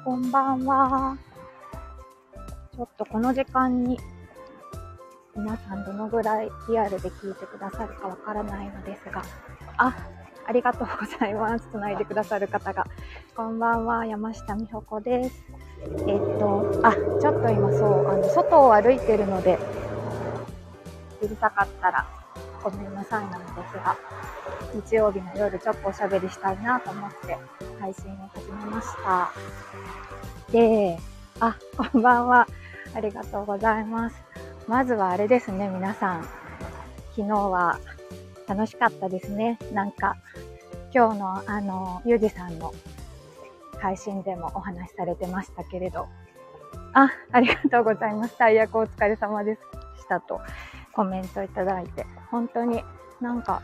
こんばんは。ちょっとこの時間に皆さんどのぐらいリアルで聞いてくださるかわからないのですが、ありがとうございます。繋いでくださる方が。こんばんは、山下美穂子です。ちょっと今外を歩いてるので、うるさかったらごめんなさいなのですが、日曜日の夜ちょっとおしゃべりしたいなと思って配信を始めました。で、こんばんは。ありがとうございます。まずはあれですね、皆さん。昨日は楽しかったですね。なんか、今日のゆうじさんの配信でもお話しされてましたけれど。ありがとうございます。大役お疲れ様でしたとコメントいただいて。本当になんか、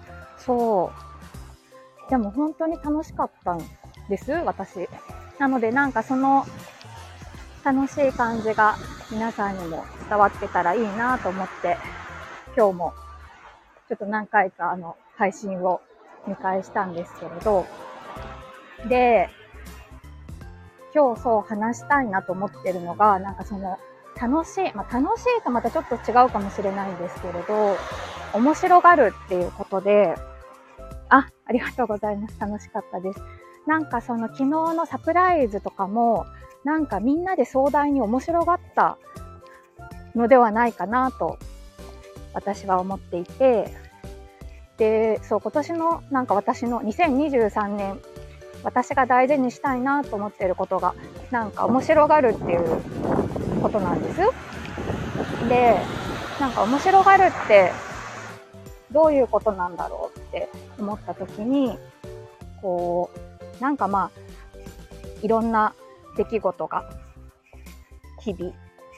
でも本当に楽しかったんです、私。なのでなんかその楽しい感じが皆さんにも伝わってたらいいなと思って、今日もちょっと何回か配信を見返したんですけれど、で、今日話したいなと思ってるのが、なんかその楽しいとまたちょっと違うかもしれないんですけれど、面白がるっていうことで、ありがとうございます。楽しかったです。なんかその昨日のサプライズとかも、なんかみんなで壮大に面白がったのではないかなと私は思っていて、で、今年のなんか私の2023年、私が大事にしたいなと思っていることが、なんか面白がるっていうことなんです。で、なんか面白がるってどういうことなんだろうって思った時に、なんかいろんな出来事が日々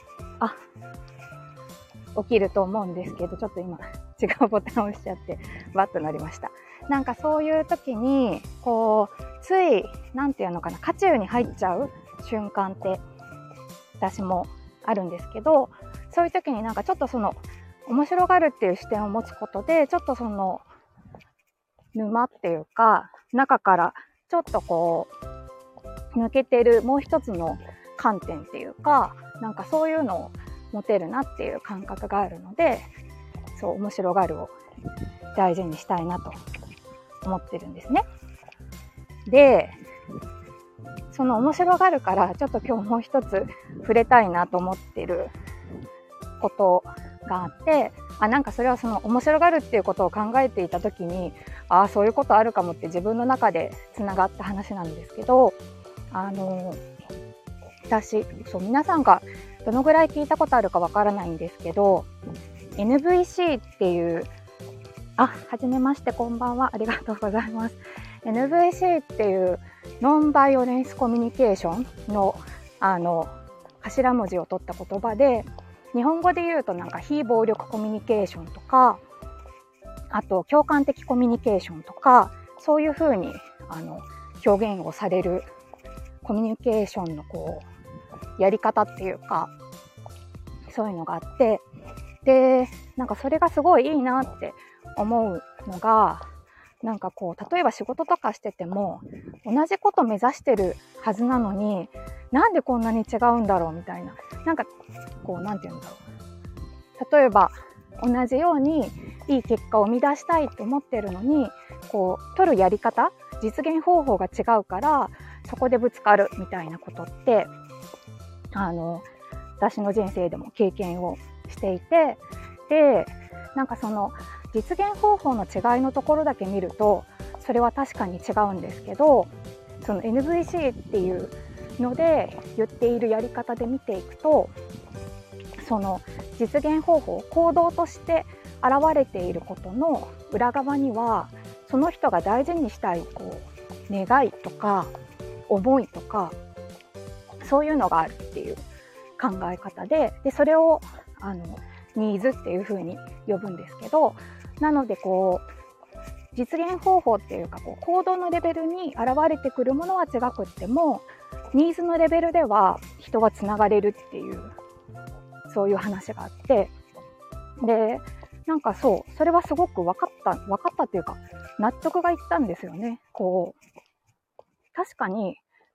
起きると思うんですけど、ちょっと今違うボタンを押しちゃってバッとなりました。なんかそういう時についなんていうのかな、渦中に入っちゃう瞬間って私もあるんですけど、そういう時になんかちょっとその面白がるっていう視点を持つことで、ちょっとその沼っていうか中からちょっと抜けてるもう一つの観点っていうか、なんかそういうのを持てるなっていう感覚があるので、面白がるを大事にしたいなと思ってるんですね。で、その面白がるからちょっと今日もう一つ触れたいなと思ってることがあって、なんかそれはその面白がるっていうことを考えていた時に、そういうことあるかもって自分の中でつながった話なんですけど、私皆さんがどのぐらい聞いたことあるかわからないんですけど、 NVC っていうはじめまして、こんばんは。ありがとうございます。 NVC っていうノンバイオレンスコミュニケーションの頭文字を取った言葉で、日本語で言うとなんか非暴力コミュニケーションとか、あと共感的コミュニケーションとか、そういう風に表現をされるコミュニケーションのやり方っていうか、そういうのがあって、でなんかそれがすごいいいなって思うのが、なんか例えば仕事とかしてても同じこと目指してるはずなのに、なんでこんなに違うんだろうみたいな、なんかなんていうんだろう、例えば同じようにいい結果を生み出したいと思ってるのに、取るやり方、実現方法が違うからそこでぶつかるみたいなことって私の人生でも経験をしていて、でなんかその実現方法の違いのところだけ見るとそれは確かに違うんですけど、その NVC っていうので言っているやり方で見ていくと、その実現方法、行動として現れていることの裏側には、その人が大事にしたい願いとか思いとか、そういうのがあるっていう考え方で、それをニーズっていう風に呼ぶんですけど、なので実現方法っていうか行動のレベルに現れてくるものは違くっても、ニーズのレベルでは人はつながれるっていう、そういう話があって、でなんかそれはすごく分かったっていうか納得がいったんですよね。確かに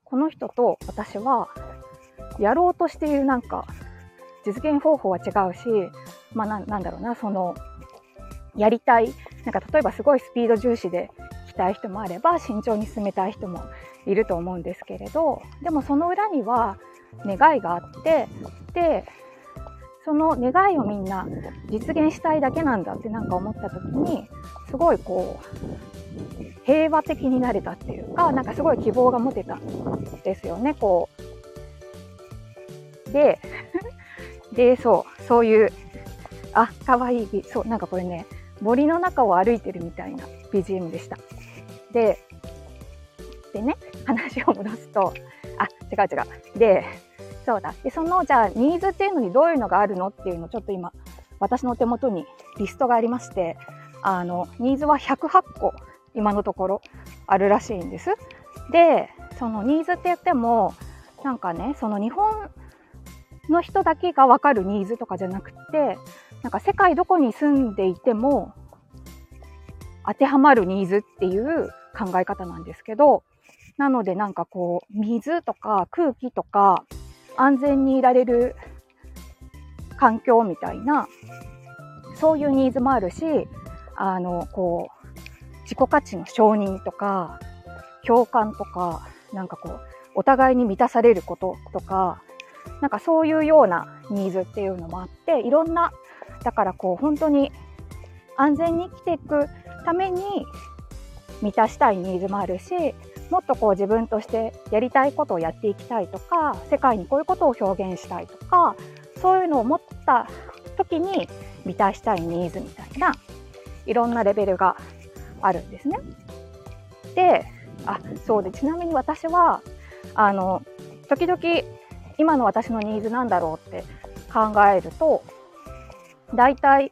この人と私はやろうとしているなんか実現方法は違うし、なんだろうな、そのやりたい、なんか例えばすごいスピード重視で行きたい人もあれば慎重に進めたい人もいると思うんですけれど、でもその裏には願いがあって、でその願いをみんな実現したいだけなんだってなんか思った時に、すごいこう平和的になれたっていうか、なんかすごい希望が持てたんですよね。こうでそういうかわいい、そうなんかこれね、森の中を歩いてるみたいな BGM でした。でね、話を戻すと、違う。で、そうだ。で、その、じゃあ、ニーズっていうのにどういうのがあるのっていうのをちょっと今、私の手元にリストがありまして、ニーズは108個、今のところあるらしいんです。で、そのニーズって言っても、なんかね、その日本の人だけがわかるニーズとかじゃなくて、なんか世界どこに住んでいても当てはまるニーズっていう考え方なんですけど、なのでなんかこう水とか空気とか安全にいられる環境みたいな、そういうニーズもあるし、こう自己価値の承認とか共感とか、なんかこうお互いに満たされることとか、なんかそういうようなニーズっていうのもあって、いろんな、だからこう本当に安全に生きていくために満たしたいニーズもあるし、もっとこう自分としてやりたいことをやっていきたいとか、世界にこういうことを表現したいとか、そういうのを持った時に満たしたいニーズみたいな、いろんなレベルがあるんですね。で、そうで、ちなみに私は時々今の私のニーズなんだろうって考えると、だいたい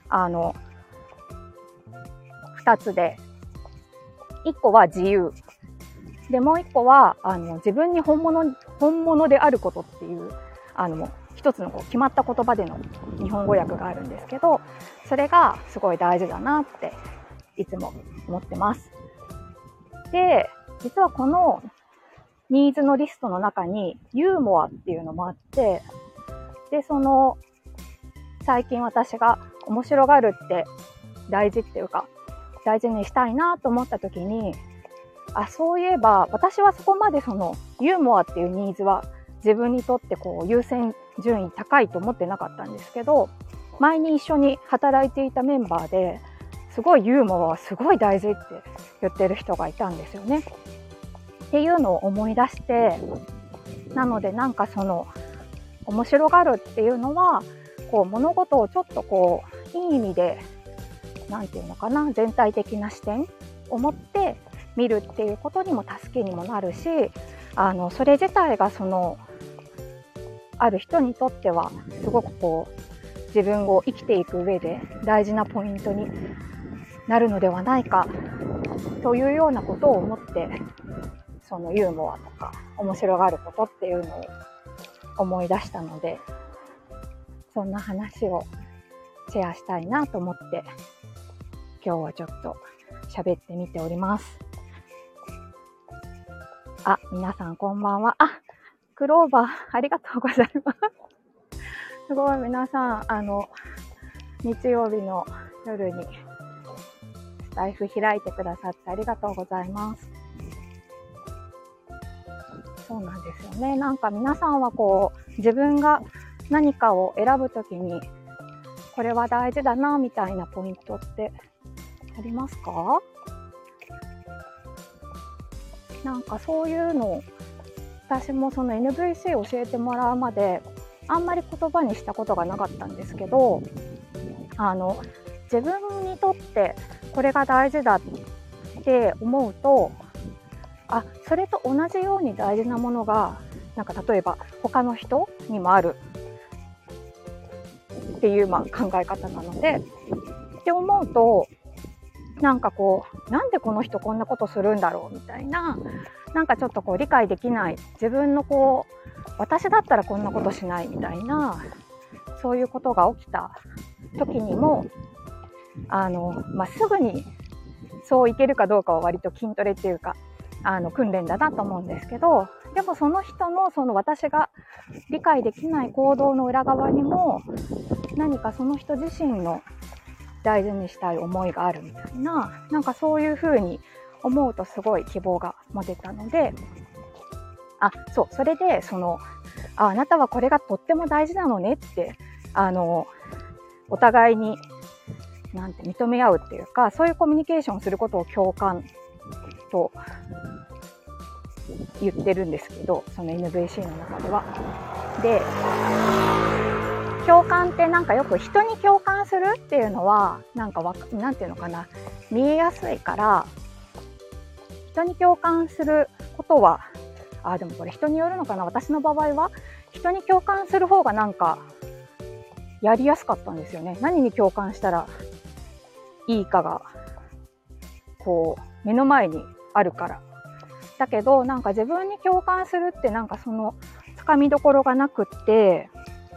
2つで、1個は自由で、もう1個は自分に本物であることっていう一つのこう決まった言葉での日本語訳があるんですけど、それがすごい大事だなっていつも思ってます。で、実はこのニーズのリストの中にユーモアっていうのもあって、で、最近私が面白がるって大事っていうか、大事にしたいなと思った時に、そういえば私はそこまでそのユーモアっていうニーズは自分にとってこう優先順位高いと思ってなかったんですけど、前に一緒に働いていたメンバーですごいユーモアはすごい大事って言ってる人がいたんですよね。っていうのを思い出して、なのでなんかその面白がるっていうのはこう物事をちょっとこういい意味で、なんていうのかな、全体的な視点を持って見るっていうことにも助けにもなるし、それ自体がある人にとってはすごくこう自分を生きていく上で大事なポイントになるのではないかというようなことを思って、そのユーモアとか面白がることっていうのを思い出したので、そんな話をシェアしたいなと思って今日はちょっと喋ってみております。皆さんこんばんは。クローバーありがとうございます。すごい皆さん日曜日の夜にスタイフ開いてくださってありがとうございます。そうなんですよね。なんか皆さんはこう自分が何かを選ぶときにこれは大事だなみたいなポイントってありますか？なんかそういうの、私もその NVC を教えてもらうまであんまり言葉にしたことがなかったんですけど、自分にとってこれが大事だって思うと、それと同じように大事なものがなんか例えば他の人にもあるっていう考え方なので、って思うと、なんかこうなんでこの人こんなことするんだろうみたいな、なんかちょっとこう理解できない自分のこう私だったらこんなことしないみたいな、そういうことが起きた時にもすぐにそういけるかどうかは割と筋トレっていうか訓練だなと思うんですけど、 でもその人のその私が理解できない行動の裏側にも何かその人自身の大事にしたい思いがあるみたいな、なんかそういう風に思うとすごい希望が持てたので、それであなたはこれがとっても大事なのねってお互いに認め合うっていうか、そういうコミュニケーションをすることを共感と言ってるんですけど、その NVC の中では。で、共感ってなんかよく人に共感するっていうのはなんていうのかな、見えやすいから、人に共感することはでもこれ人によるのかな。私の場合は人に共感する方がなんかやりやすかったんですよね。何に共感したらいいかがこう目の前にあるから。だけどなんか自分に共感するってなんかそのつかみどころがなくって、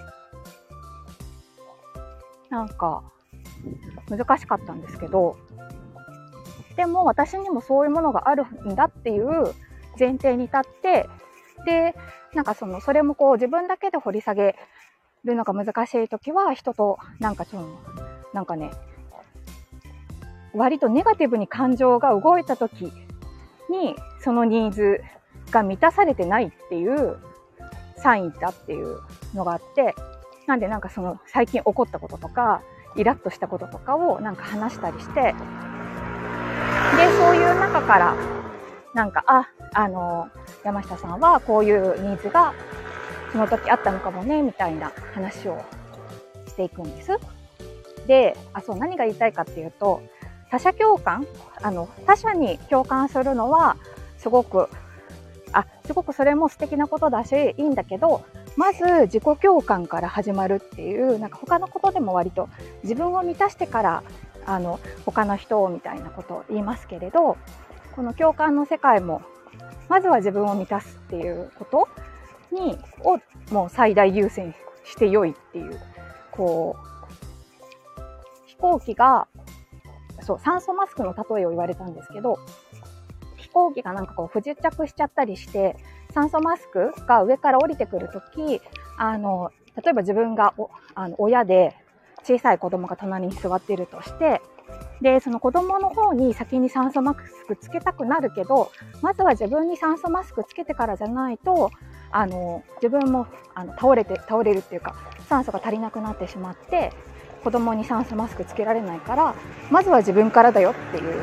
なんか難しかったんですけど、でも私にもそういうものがあるんだっていう前提に立って、でなんかそれもこう自分だけで掘り下げるのが難しいときは、人となんかね、割とネガティブに感情が動いたときにそのニーズが満たされてないっていうサインだっていうのがあって、なんでなんか最近起こったこととかイラッとしたこととかをなんか話したりして、でそういう中からなんか山下さんはこういうニーズがその時あったのかもねみたいな話をしていくんです。で、何が言いたいかっていうと、他者共感、他者に共感するのはすごくそれも素敵なことだしいいんだけど、まず自己共感から始まるっていう、なんか他のことでも割と自分を満たしてから他の人をみたいなことを言いますけれど、この共感の世界もまずは自分を満たすっていうことをもう最大優先して良いっていう、こう飛行機が酸素マスクの例えを言われたんですけど、飛行機がなんかこう不時着しちゃったりして、酸素マスクが上から降りてくるとき、例えば自分が親で小さい子供が隣に座っているとして、でその子供の方に先に酸素マスクつけたくなるけど、まずは自分に酸素マスクつけてからじゃないと自分も倒れるっていうか、酸素が足りなくなってしまって子供に酸素マスクつけられないから、まずは自分からだよっていう、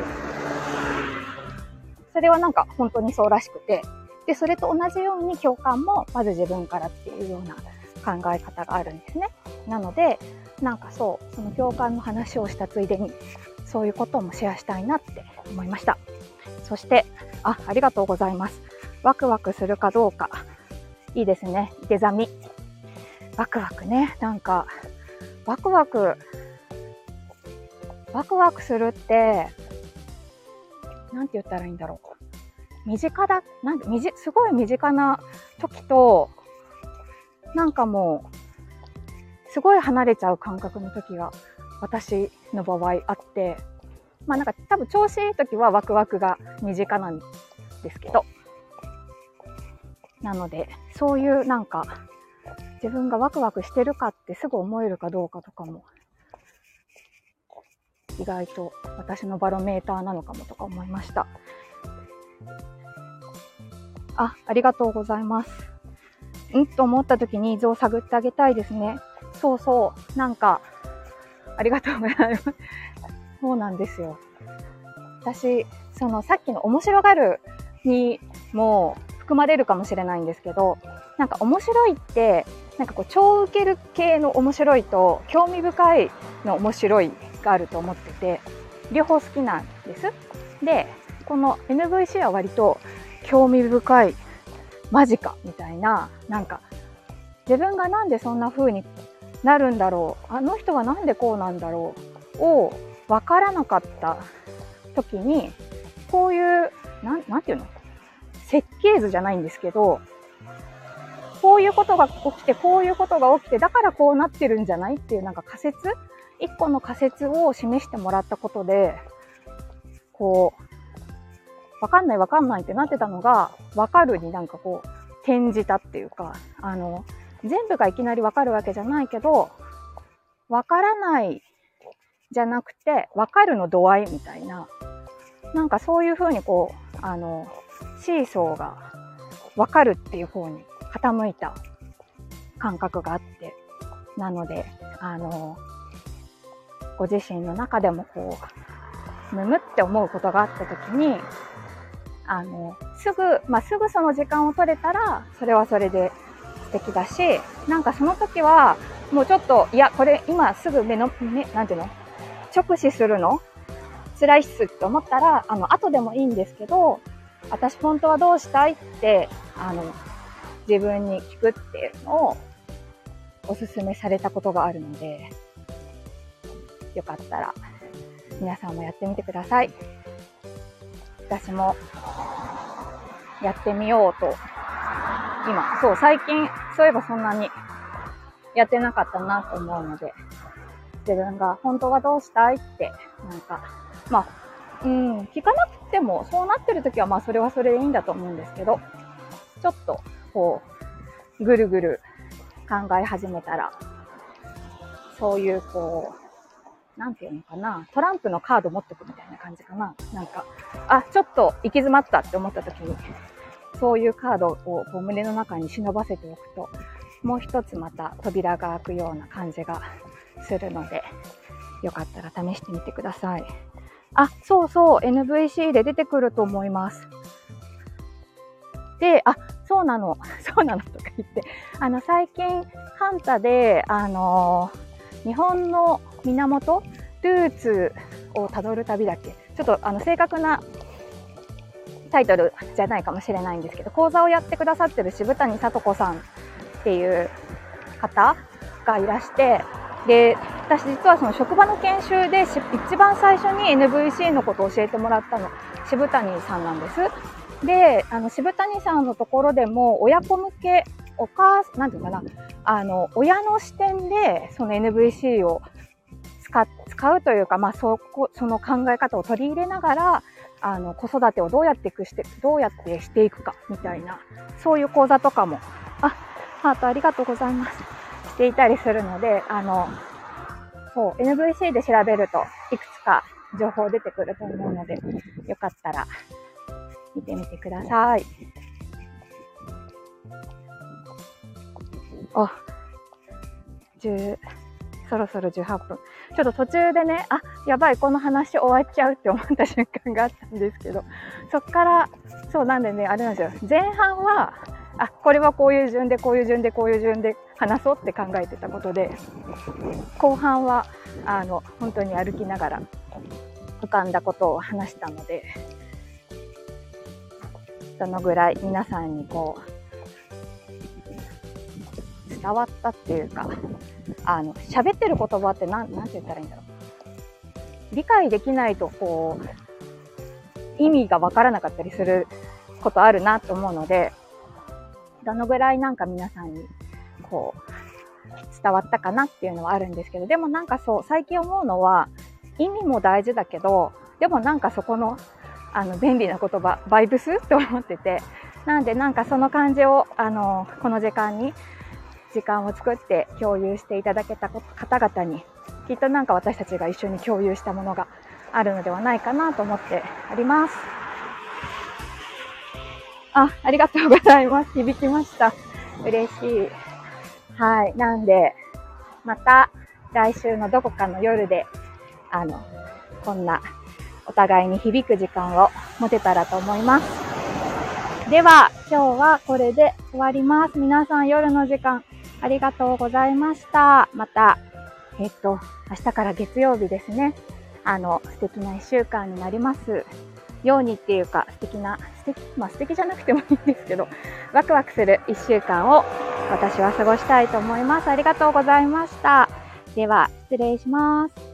それはなんか本当にそうらしくて、でそれと同じように共感もまず自分からっていうような考え方があるんですね。なのでなんかその共感の話をしたついでにそういうこともシェアしたいなって思いました。そしてありがとうございます。ワクワクするかどうか、いいですね。池ザミワクワクね、なんかワクワクするってなんて言ったらいいんだろう。すごい身近な時と、なんかもうすごい離れちゃう感覚の時が私の場合あって、なんか多分調子いい時はワクワクが身近なんですけど、なのでそういうなんか自分がワクワクしてるかってすぐ思えるかどうかとかも意外と私のバロメーターなのかもとか思いました。ありがとうございます。と思った時にニーズを探ってあげたいですね。なんかありがとうございます。そうなんですよ。私さっきの面白がるにも含まれるかもしれないんですけど、なんか面白いってなんかこう超受ける系の面白いと興味深いの面白いがあると思ってて、両方好きなんです。でこの NVC は割と興味深い、マジかみたいな、なんか自分がなんでそんな風になるんだろう、あの人はなんでこうなんだろうを分からなかった時に、こういうなんていうの、設計図じゃないんですけど、こういうことが起きてこういうことが起きてだからこうなってるんじゃないっていう、なんか一個の仮説を示してもらったことで、こうわかんないってなってたのがわかるになんかこう転じたっていうか、全部がいきなりわかるわけじゃないけど、わからないじゃなくて、わかるの度合いみたいな、なんかそういう風にこう、シーソーがわかるっていう方に傾いた感覚があって、なので、ご自身の中でもこう、むむって思うことがあったときに、すぐその時間を取れたら、それはそれで素敵だし、なんかその時は、もうちょっと、いや、これ今すぐなんていうの？直視するの？辛いっすって思ったら、後でもいいんですけど、私本当はどうしたいって、自分に聞くっていうのをおすすめされたことがあるので、よかったら皆さんもやってみてください。私もやってみようと、最近そういえばそんなにやってなかったなと思うので、自分が本当はどうしたいって、なんか、聞かなくても、そうなってる時はそれはそれでいいんだと思うんですけど、ちょっとこう、ぐるぐる考え始めたら、そういうこう、なんていうのかな、トランプのカード持ってくみたいな感じかな。なんか、ちょっと行き詰まったって思った時に、そういうカードをこう胸の中に忍ばせておくと、もう一つまた扉が開くような感じがするので、よかったら試してみてください。そうそう、NVC で出てくると思います。で、そうなのとか言って、最近、カンタで、日本の源、ルーツをたどる旅だっけ？ちょっと正確なタイトルじゃないかもしれないんですけど、講座をやってくださってる渋谷聡子さんっていう方がいらして、で、私実はその職場の研修で一番最初に NVC のことを教えてもらったの、渋谷さんなんです。で、渋谷さんのところでも親子向け、なんていうかな、親の視点でその NVC を使うというか、その考え方を取り入れながら、子育てをどうやってしていくかみたいな、そういう講座とかも、ハートありがとうございます。していたりするので、NVC で調べるといくつか情報出てくると思うので、よかったら見てみてください。そろそろ18分。ちょっと途中でね、やばい、この話終わっちゃうって思った瞬間があったんですけど、そっから、なんでね、あれなんですよ。前半は、これはこういう順で話そうって考えてたことで、後半は、本当に歩きながら浮かんだことを話したので、どのぐらい皆さんにこう、伝わったっていうか、喋ってる言葉ってなんて言ったらいいんだろう。理解できないとこう、意味がわからなかったりすることあるなと思うので、どのぐらいなんか皆さんにこう、伝わったかなっていうのはあるんですけど、でもなんか最近思うのは、意味も大事だけど、でもなんかそこの、便利な言葉、バイブスって思ってて、なんでなんかその感じを、この時間を作って共有していただけた方々に、きっとなんか私たちが一緒に共有したものがあるのではないかなと思っております。ありがとうございます。響きました。嬉しい。はい。なんで、また来週のどこかの夜で、こんなお互いに響く時間を持てたらと思います。では、今日はこれで終わります。皆さん夜の時間ありがとうございました。また、明日から月曜日ですね。素敵な一週間になりますようにっていうか、素敵じゃなくてもいいんですけど、ワクワクする一週間を私は過ごしたいと思います。ありがとうございました。では、失礼します。